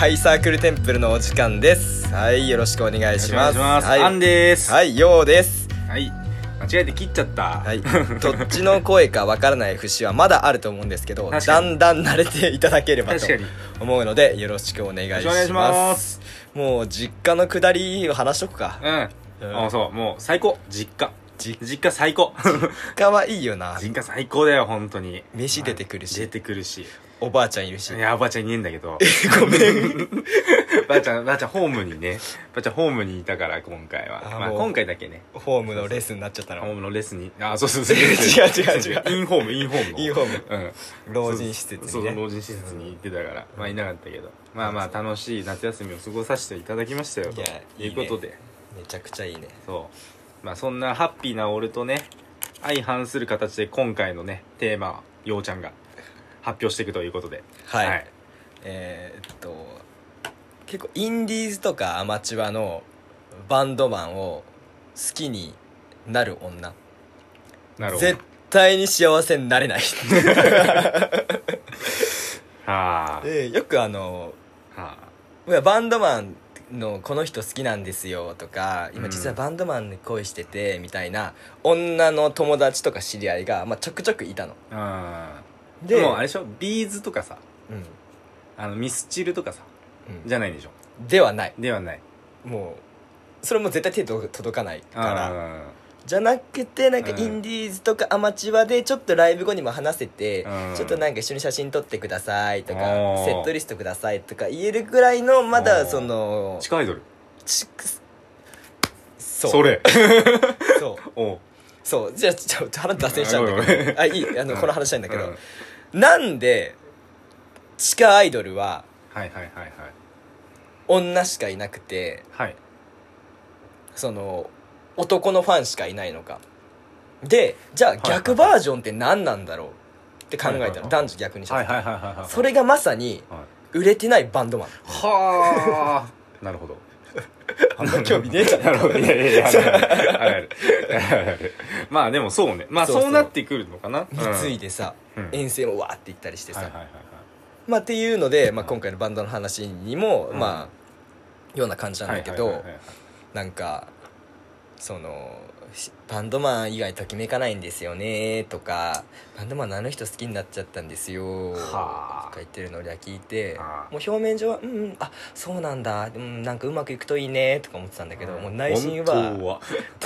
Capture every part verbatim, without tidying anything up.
ハイサークルテンプルのお時間です。はい、よろしくお願いします。 はい、アンです。 はい、ヨウです。 はい、間違えて切っちゃった。 はい、どっちの声かわからない節はまだあると思うんですけど、だんだん慣れていただければと思うのでよろしくお願いします。お願いします。もう実家の下りを話しとくか。 うん、うん、あ、そうもう最高。実家実家最高。 実家はいいよな。 実家最高だよ本当に。 飯出てくるし、 出てくるし、 おばあちゃんいるし。 いやおばあちゃんいねえんだけどごめんばあちゃんばあちゃんホームにねばあちゃんホームにいたから今回は。あ、まあ今回だけねホームのレッスンになっちゃったの。 ホームのレッスンに、あ、そうそうそう違う違う違うインホームインホームインホーム、 うん、 老人施設にね。 そうそう老人施設に行ってたから、まあいなかったけど、まあまあ楽しい夏休みを過ごさせていただきましたよということで、 めちゃくちゃいいね。 そうまあそんなハッピーな俺とね相反する形で今回のねテーマはようちゃんが発表していくということで、 はい、はい、えー、っと結構インディーズとかアマチュアのバンドマンを好きになる女。 なるほど。 絶対に幸せになれないはあ、 でよくあの、はあ、バンドマンのこの人好きなんですよとか、今実はバンドマンに恋しててみたいな女の友達とか知り合いが、まあ、ちょくちょくいたの。 あでもあれでしょ、ビーズとかさ、うん、あのミスチルとかさ、うん、じゃないでしょ。 ではないではない。 もうそれも絶対手届かないからじゃなくて、なんかインディーズとかアマチュアでちょっとライブ後にも話せて、うん、ちょっとなんか一緒に写真撮ってくださいとかセットリストくださいとか言えるぐらいの、まだその地下アイドルちそうそれそうおそうじゃあちょっと話脱線しちゃうんだけどあいいあのこの話したいんだけど、うん、なんで地下アイドルははいはいはいはい女しかいなくて、はい、その男のファンしかいないのかで、じゃあ逆バージョンって何なんだろうって考えたら、男女逆にしたらそれがまさに売れてないバンドマン。 はあなるほど。 あんま興味ねえじゃん。 なるほど。いやいやいやあるあるあるまあでもそうね、まあそうなってくるのかな。 三井でさ、遠征もわーって行ったりしてさ、まあっていうので、まあ今回のバンドの話にもまあような感じなんだけど、なんかそのバンドマン以外ときめかないんですよねとか、バンドマンのあの人好きになっちゃったんですよとか言ってるのを俺は聞いて、もう表面上はうんうんあそうなんだ、うん、なんかうまくいくといいねとか思ってたんだけど、もう内心は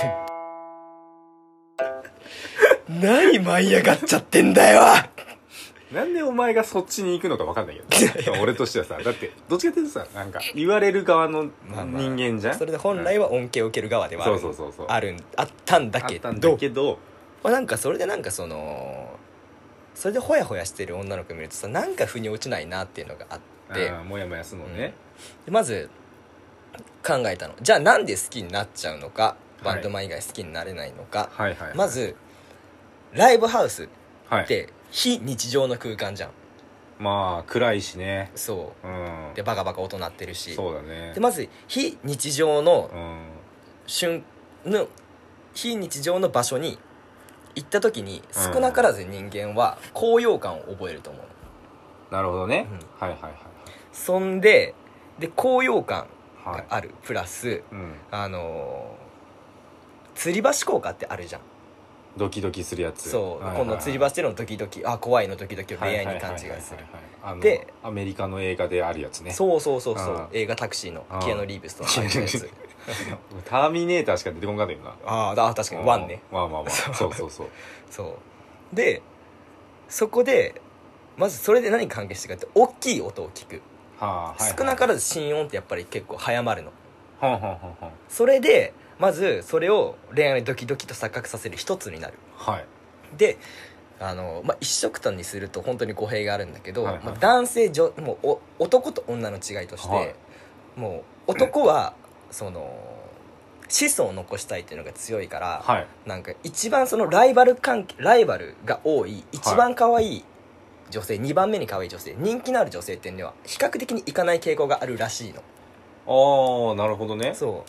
何舞い上がっちゃってんだよなんでお前がそっちに行くのか分かんないけど俺としてはさ、だってどっちかっていうとさ、なんか言われる側の人間じゃん、まあまあ、 それで本来は恩恵を受ける側ではある、そうそうそうそうあるあったんだけど、あったんだけど、まあ、なんかそれでなんかそのそれでホヤホヤしてる女の子見るとさ、なんか腑に落ちないなっていうのがあって、 あモヤモヤするのね、 うん、でまず考えたの、じゃあなんで好きになっちゃうのか、バンドマン以外好きになれないのか、はいはいはいはい、まずライブハウスって、はい非日常の空間じゃん。 まあ暗いしね。 そう、うん、でバカバカ音鳴ってるし。 そうだね。 でまず非日常の、うん、瞬の非日常の場所に行った時に少なからず人間は高揚感を覚えると思う。 なるほどね、うん、はいはいはい。 そんでで高揚感がある、はい、プラス、うん、あのー、吊り橋効果ってあるじゃん。 ドキドキするやつ。 そう、はいはいはい、今度吊り橋でのドキドキ、あ怖いのドキドキを恋愛に勘違いするでアメリカの映画であるやつね。 そうそうそうそう、映画タクシーのキアヌ・リーブスとのやつターミネーターしか出てこんかったよな。 ああ確かにワンね。 まあまあまあそうそうそうそうでそこでまずそれで何か関係してるかって大きい音を聞く、はあ、少なからず心音ってやっぱり結構早まるの、はあはあはあ、それでまずそれを恋愛にドキドキと錯覚させる一つになる、はい、であの、まあ、一緒くたにすると本当に語弊があるんだけど、はいはい、まあ、男性女もうお男と女の違いとして、はい、もう男はその子孫を残したいっていうのが強いから、はい、なんか一番そのライバル関係ライバルが多い一番可愛い女性、はい、にばんめに可愛い女性、人気のある女性っていうのは比較的にいかない傾向があるらしいの。 ああなるほどね。 そう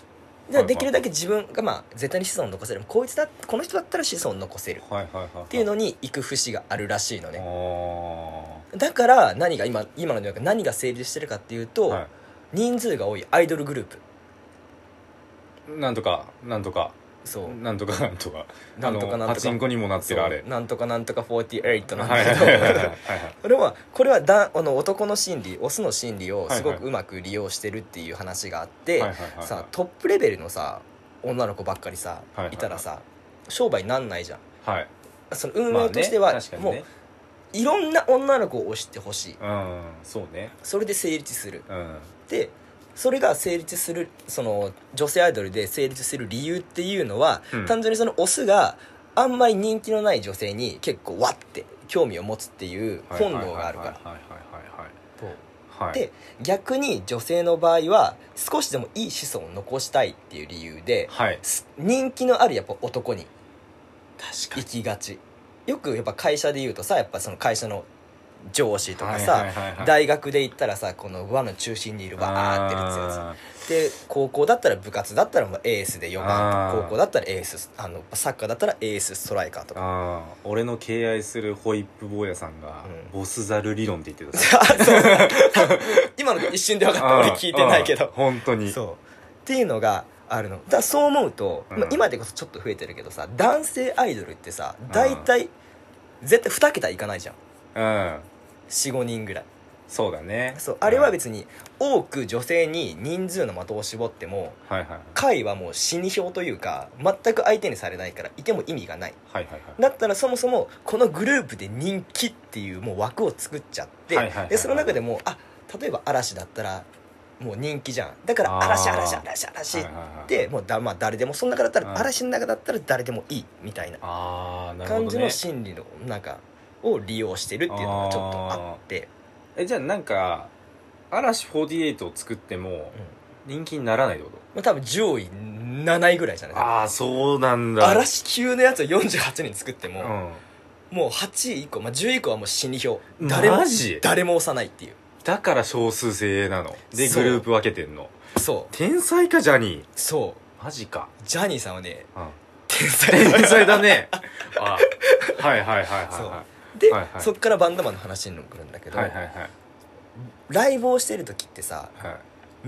でできるだけ自分がまあ絶対に子孫を残せる、こいつだこの人だったら子孫を残せるっていうのに行く節があるらしいのね。だから何が今今の何が成立してるかっていうと、はい、人数が多いアイドルグループなんとかなんとかそうなんとかなんとかなんとかなんとかパチンコにもなってるあれなんとかなんとかよんじゅうはちなんだけどこれはこれはだあの男の心理オスの心理をすごくうまく利用してるっていう話があって、さトップレベルのさ女の子ばっかりさいたらさ商売なんないじゃん、はい、その運営としては、まあね、もういろんな女の子を推してほしい、うん、そうね、それで成立する、うん、でそれが成立するその女性アイドルで成立する理由っていうのは、うん、単純にそのオスがあんまり人気のない女性に結構わって興味を持つっていう本能があるからで逆に女性の場合は少しでもいい子孫を残したいっていう理由で、はい、人気のあるやっぱ男に行きがち。よくやっぱ会社で言うとさやっぱその会社の上司とかさ、はいはいはいはい、大学で言ったらさこの輪の中心にいるわーってるやつで、高校だったら部活だったらもうエースでよばんと、高校だったらエースあのサッカーだったらエースストライカーとか。 あ俺の敬愛するホイップ坊やさんが、うん、ボスザル理論って言ってたそう今の一瞬で分かった俺聞いてないけど本当にそうっていうのがあるのだ。そう思うと、うん、今でこそちょっと増えてるけどさ男性アイドルってさ大体絶対に桁いかないじゃん、うん、よん、ごにんぐらい。 そうだね。 そうあれは別に多く女性に人数の的を絞っても、はいはいはい、会はもう死に票というか全く相手にされないからいても意味がない、はいはいはい、だったらそもそもこのグループで人気っていうもう枠を作っちゃって、はいはいはいはい、でその中でもあ例えば嵐だったらもう人気じゃんだから嵐嵐嵐嵐ってもうだ、まあ、誰でもその中だったら嵐の中だったら誰でもいいみたいな感じの心理のなんかを利用してるっていうのがちょっとあって。 えじゃあなんか嵐よんじゅうはちを作っても人気にならないってこと、 まあ、多分上位なないぐらいじゃない。 ああそうなんだ。 嵐級のやつをよんじゅうはちにん作っても、うん、もうはちい以降、まあ、じゅうい以降はもう死に票誰も誰も押さないっていう。 だから少数精鋭なのでグループ分けてんの。 そう天才かジャニー。 そうマジか。 ジャニーさんはね、うん、 天才天才だねあはいはいはいはい、はい、 で、はいはい、そっからバンドマンの話にも来るんだけど、はいはいはい、ライブをしてる時ってさ、はい、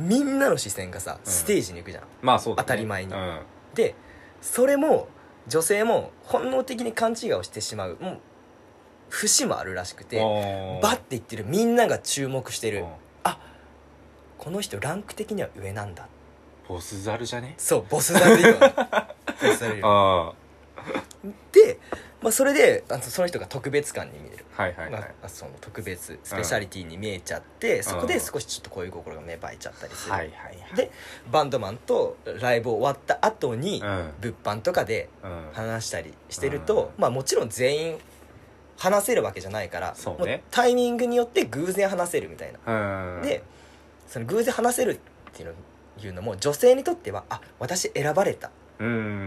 みんなの視線がさ、うん、ステージに行くじゃん、まあそうだね、当たり前に、うん、でそれも女性も本能的に勘違いをしてしまうもう節もあるらしくて、バッて言ってるみんなが注目してる、あこの人ランク的には上なんだ。 ボスザルじゃね。 そうボスザルよボスザルよで、まあ、それであのその人が特別感に見える、はいはいはい、まあ、その特別スペシャリティに見えちゃって、うん、そこで少しちょっと恋心が芽生えちゃったりする、はいはいはい、でバンドマンとライブ終わった後に、うん、物販とかで話したりしてると、うん、まあもちろん全員話せるわけじゃないから、そうね、もうタイミングによって偶然話せるみたいな、うん、でその偶然話せるっていうのいうのも女性にとってはあ私選ばれた、うん、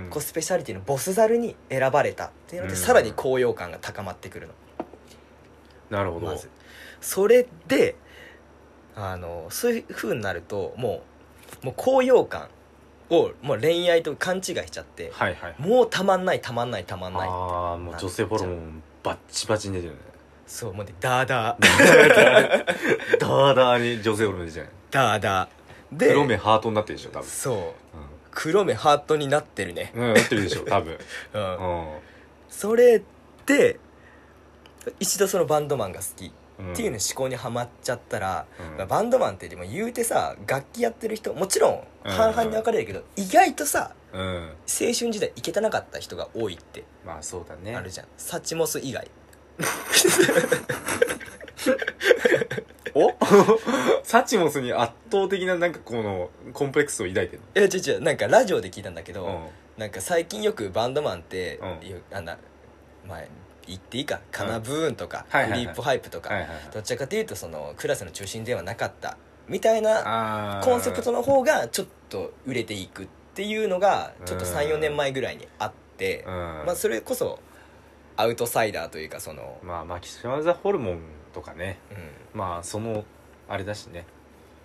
コスペシャリティのボスザルに選ばれたっていうので、うん、さらに高揚感が高まってくるの。 なるほど。 まずそれであのそういう風になるともうもう高揚感をもう恋愛と勘違いしちゃって、はいはい、もうたまんないたまんないたまんないって。 ああもう女性ホルモンバッチバチに出てるね。 そうもうねダーダーダーダーに女性ホルモン出てる。 ダーダーで黒目ハートになってるでしょ多分。 そう、うん、黒目ハートになってるね、 うん、なってるでしょ多分、 うんうん、それで一度そのバンドマンが好きっていうの思考にはまっちゃったら、うんまあ、バンドマンってでも言うてさ楽器やってる人もちろん半々に分かれるけど、うん、意外とさ、うん、青春時代いけてなかった人が多いってまあそうだねあるじゃん。サチモス以外おサチモスに圧倒的ななんかこのコンプレックスを抱いてるの。いや違う違うなんかラジオで聞いたんだけど、うん、なんか最近よくバンドマンって、うん、あんな前言っていいかカナブーンとか、うん、クリープハイプとか、はいはいはい、どちらかというとそのクラスの中心ではなかったみたいなコンセプトの方がちょっと売れていくっていうのがちょっと さん,よ 年前ぐらいにあって、うんまあ、それこそアウトサイダーというかそのまあマキシマムザホルモンとかね、うん、まあそのあれだしね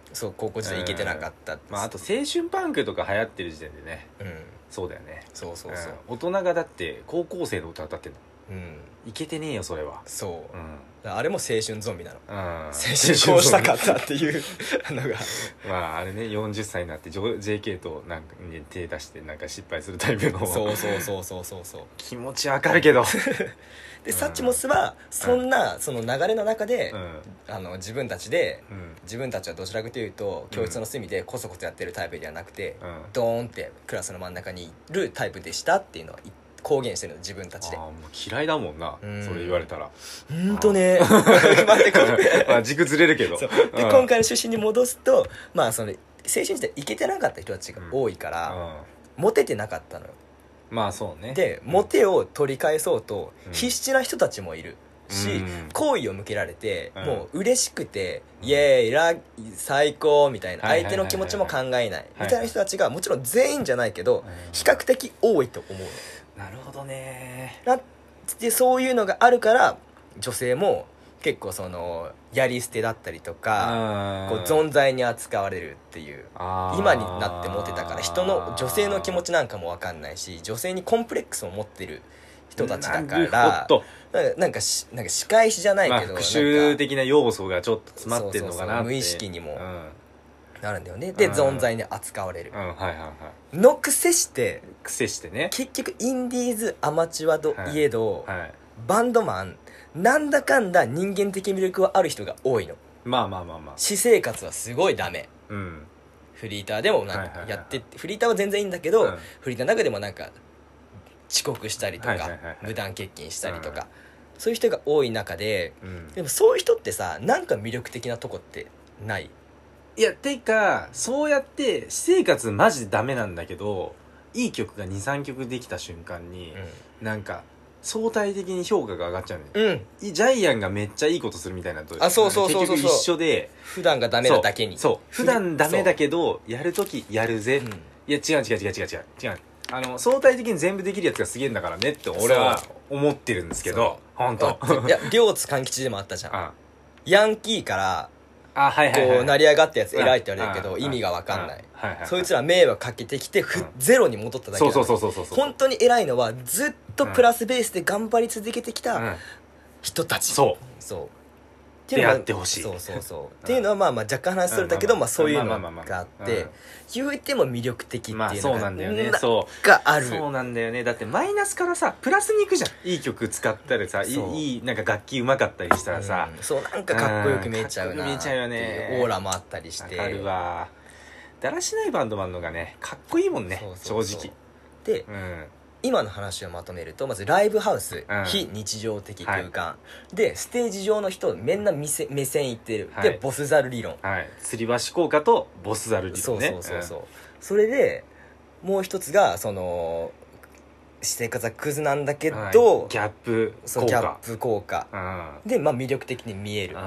そう高校時代行けてなかったって、 まあ、あと青春パンクとか流行ってる時点でね、 うん、 そうだよね。 そうそうそう、 うん、大人がだって高校生の歌歌ってんの、 うん、 いけてねえよそれは。 そう、 うん、 だあれも青春ゾンビなの、 うん、 青春こうしたかったっていうのがまああれねよんじゅっさいになって ジェーケー となんかに手出してなんか失敗するタイプのそうそうそうそうそうそう気持ちわかるけどで、サッチモスはそんなその流れの中で、 うん、 あの自分たちで、 うん、 自分たちはどちらかというと教室の隅でコソコソやってるタイプではなくて、 うん、 ドーンってクラスの真ん中にいるタイプでしたっていうのは公言してるの自分たちで。 あもう嫌いだもんな、うん、それ言われたらほんとねまあ軸ずれるけどで、うん、今回の趣旨に戻すと、まあその青春時代イケてなかった人たちが多いから、うんうん、モテてなかったのよ。 まあそうね。 で、モテを取り返そうと必死な人たちもいるし、うん、好意を向けられて、うん、もう嬉しくて、うん、イエーイラ最高みたいな、相手の気持ちも考えないみたいな人たちがもちろん全員じゃないけど、比較的多いと思うの。なるほどね。 なでそういうのがあるから女性も結構そのやり捨てだったりとかこう存在に扱われるっていう、今になってモテたから人の女性の気持ちなんかも分かんないし、女性にコンプレックスを持ってる人たちだから、なんかしなんか仕返しじゃないけど、 まあ、復讐的な要素がちょっと詰まってるのかなって、そうそうそう無意識にもなるんだよね。で、存在に扱われる、 うんはいはいはい、 の癖して癖してね、 結局インディーズアマチュアといえど、はいはい、バンドマンなんだかんだ人間的魅力はある人が多いの。 まあまあまあまあ私生活はすごいダメ、うん、フリーターでもなんかやってって、はいはいはい、フリーターは全然いいんだけど、うん、フリーターの中でもなんか遅刻したりとか、はいはいはいはい、無断欠勤したりとか、うん、そういう人が多い中で、うん、でもそういう人ってさ、なんか魅力的なとこってない？ いやてかそうやって私生活マジでダメなんだけどいい曲が にさんきょくできた瞬間に、うん、なんか相対的に評価が上がっちゃうね、うん、ジャイアンがめっちゃいいことするみたいなとあそうそうそうそう結局一緒で、 普段がダメなだけにそうそう普段ダメだけどやるときやるぜ、うん、いや違う違う違う違う違う違うあの相対的に全部できるやつがすげえんだからねって俺は思ってるんですけど本当いや両津勘吉でもあったじゃん、ああヤンキーからあ、はいはいはい、 こう成り上がったやつ偉いって言われるけど意味が分かんない、はいはいはい、そいつら迷惑かけてきてふ、うん、ゼロに戻っただけだ、 そうそうそうそうそう本当に偉いのはずっとプラスベースで頑張り続けてきた人たち、うん、 そうそう出会ってほしいそうそうそう、うん、っていうのはまあまあ若干話するんだけど、まあそういうのがあって言うても魅力的っていうのが、まあ、そうなんだよねそうがあるそうなんだよね。だってマイナスからさプラスに行くじゃん。いい曲使ったらさいいなんか楽器うまかったりしたらさ、 うん、そうなんかかっこよく見えちゃうな、 見えちゃうよね。 オーラもあったりしてわかるわ。だらしないバンドマンのがねかっこいいもんね。そうそうそう正直で、うん今の話をまとめるとまずライブハウス、うん、非日常的空間、はい、でステージ上の人みんな目線いってる、はい、でボスザル理論、 はい、吊り橋効果とボスザル理論ね。 そうそうそうそう、うん、それでもう一つがその私生活はクズなんだけど、はい、ギャップ効果そうギャップ効果、うん、で、まあ、魅力的に見える、うん、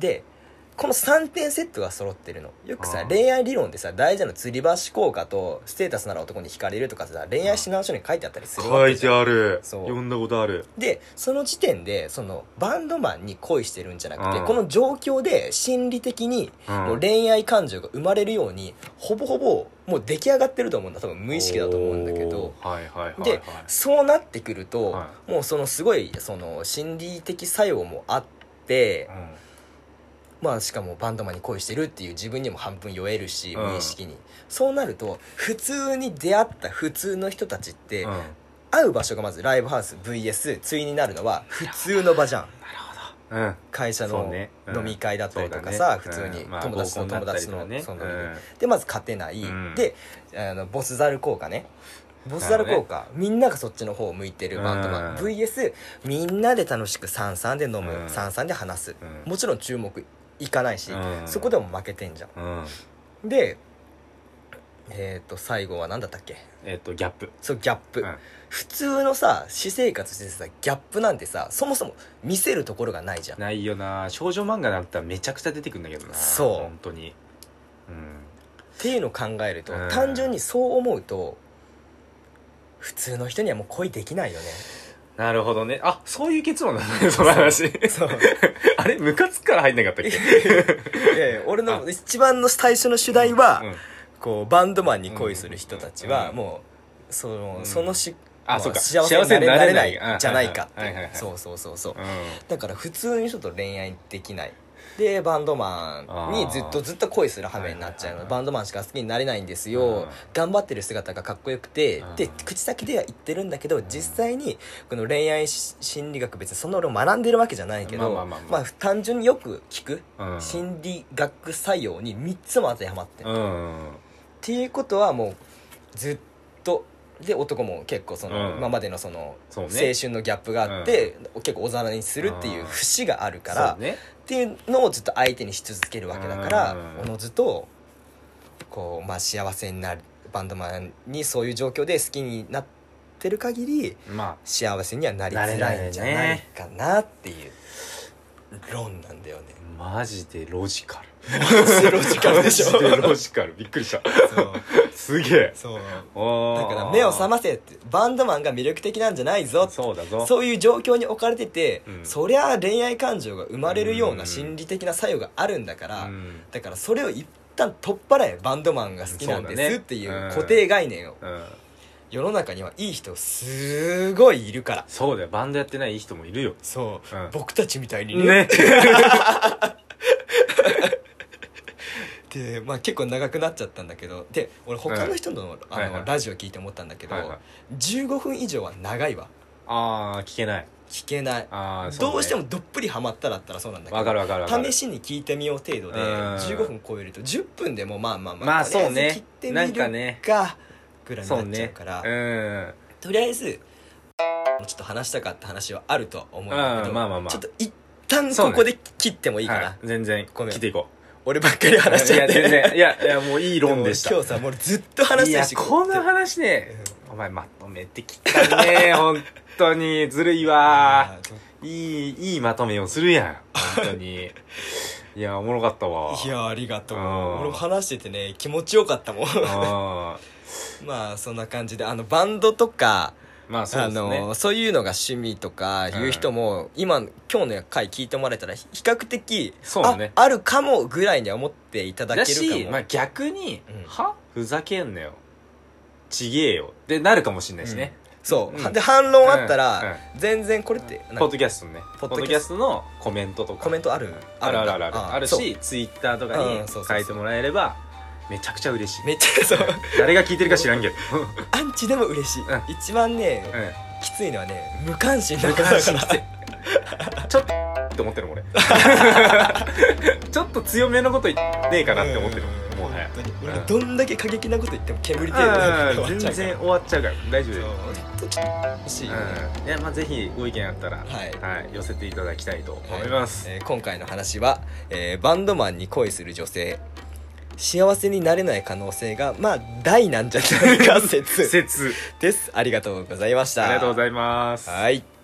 でこのさんてんセットが揃ってるの。よくさ恋愛理論でさ大事なの吊り橋効果とステータスなら男に惹かれるとかさ恋愛指南書に書いてあったりするわけじゃん。書いてある。そう読んだことある。 でその時点でそのバンドマンに恋してるんじゃなくて、うん、この状況で心理的にもう恋愛感情が生まれるように、うん、ほぼほぼもう出来上がってると思うんだ。多分無意識だと思うんだけど、 はいはいはいはい、 でそうなってくると、はい、もうそのすごいその心理的作用もあって、うんまあしかもバンドマンに恋してるっていう自分にも半分酔えるし、無意識に、うん、そうなると普通に出会った普通の人たちって、うん、会う場所がまずライブハウス ブイエス 対になるのは普通の場じゃん。なるほど、うん、会社の飲み会だったりとかさ、ね、普通に友達の友達の、ね、その、うん、でまず勝てない、うん、であのボスザル効果ねボスザル効果、ね、みんながそっちの方を向いてるバンドマン、うん、ブイエス みんなで楽しく三々で飲む、うん、三々で話す、うん、もちろん注目いかないし、うん、そこでも負けてんじゃん、うん、でえっ、ー、と最後は何だったっけ。 えっ、ー、とギャップ。 そうギャップ、うん、普通のさ私生活してさギャップなんてさそもそも見せるところがないじゃん。 ないよな。少女漫画だったらめちゃくちゃ出てくるんだけどな。そう本当に、 うん、っていうのを考えると、うん、単純にそう思うと普通の人にはもう恋できないよね。 なるほどね。あ、そういう結論なんだね、その話。そうあれムカつくから入んなかったっけいやいや俺の一番の最初の主題は、うんうん、こうバンドマンに恋する人たちはもうその、うん、そのしあ、そうか、 幸せになれないじゃないかって、そうそうそうそう、うん、だから普通に人と恋愛できないでバンドマンにずっとずっと恋する羽目になっちゃうの、バンドマンしか好きになれないんですよ、頑張ってる姿がかっこよくて、で口先では言ってるんだけど実際にこの恋愛心理学別にその俺を学んでるわけじゃないけど、まあまあまあまあ、まあ単純によく聞く心理学作用にみっつも当てはまってる、っていうことはもうずっとで男も結構その、うん、今までのその青春のギャップがあって、うん、結構おざなりにするっていう節があるから、ね、っていうのをずっと相手にし続けるわけだから、おのずとこう、まあ、幸せになるバンドマンにそういう状況で好きになってる限り、まあ、幸せにはなりづらいんじゃないかなっていう論なんだよね。 マジでロジカル。 マジでロジカルでしょ。 マジでロジカル。びっくりした。そうすげえ。 そう。だから目を覚ませって、バンドマンが魅力的なんじゃないぞ。そうだぞ。そういう状況に置かれてて、うん、そりゃ恋愛感情が生まれるような心理的な作用があるんだから、うん、だからそれを一旦取っ払え、バンドマンが好きなんですっていう固定概念を。うんうん、世の中にはいい人すごいいるから。 そうだよ、バンドやってないいい人もいるよ。 そう、うん、僕たちみたいにね。ねで、まあ、結構長くなっちゃったんだけど、で俺他の人の、うん、あの、はいはい、ラジオ聞いて思ったんだけど、はいはい、じゅうごふん以上は長いわ。 あー聞けない聞けない。あ、ね、どうしてもどっぷりハマったらったらそうなんだけど、 わかるわかるわかる、 試しに聞いてみよう程度でじゅうごふん超えるとじゅっぷんでもまあまあまあ、 まあそうね、 切ってみるかねぐらいになっちゃうから、う、ね、うん、とりあえずちょっと話したかった話はあるとは思うんだけど、まあまあまあ、ちょっと一旦ここで切ってもいいかな、ね、はい、 全然切っていこう。 俺ばっかり話しちゃって。 いや全然いやいやもういい論でした。 今日さもうずっと話してるし、 いやこの話ね、うん、お前まとめてきたね本当にずるいわいいいいまとめをするやん本当にいやおもろかったわ。 いやありがとう。俺も話しててね気持ちよかったもんあまあそんな感じで、あのバンドとかまあそうですね、あのそういうのが趣味とかいう人も、うん、今今日の回聞いてもらえたら比較的そう、ね、あ, あるかもぐらいには思っていただけるかも。だし、 まあ、逆に、うん、はふざけんなよちげえよってなるかもしれないしね、 うん、そう、うん、で反論あったら、うんうん、全然これってポッドキャストねポッドキャストのコメントとかコメントあるあるあるあるあるあるし、ツイッターとかに書いてもらえればめちゃくちゃ嬉しい。 めっちゃそう誰が聞いてるか知らんけどアンチでも嬉しい、うん、一番ね、うんきついのはね無関心なことだからちょっとって思ってる俺ちょっと強めのこと言ってねえかなって思ってるもはや。 俺がどんだけ過激なこと言っても煙程度で全然終わっちゃうから大丈夫です。欲しいよね、 うん、いやまあぜひご意見あったら、はいはい、寄せていただきたいと思います、 はい。えー、今回の話は、えー、バンドマンに恋する女性幸せになれない可能性がまあ大なんじゃないか説説です。ありがとうございました。 ありがとうございます。 はい。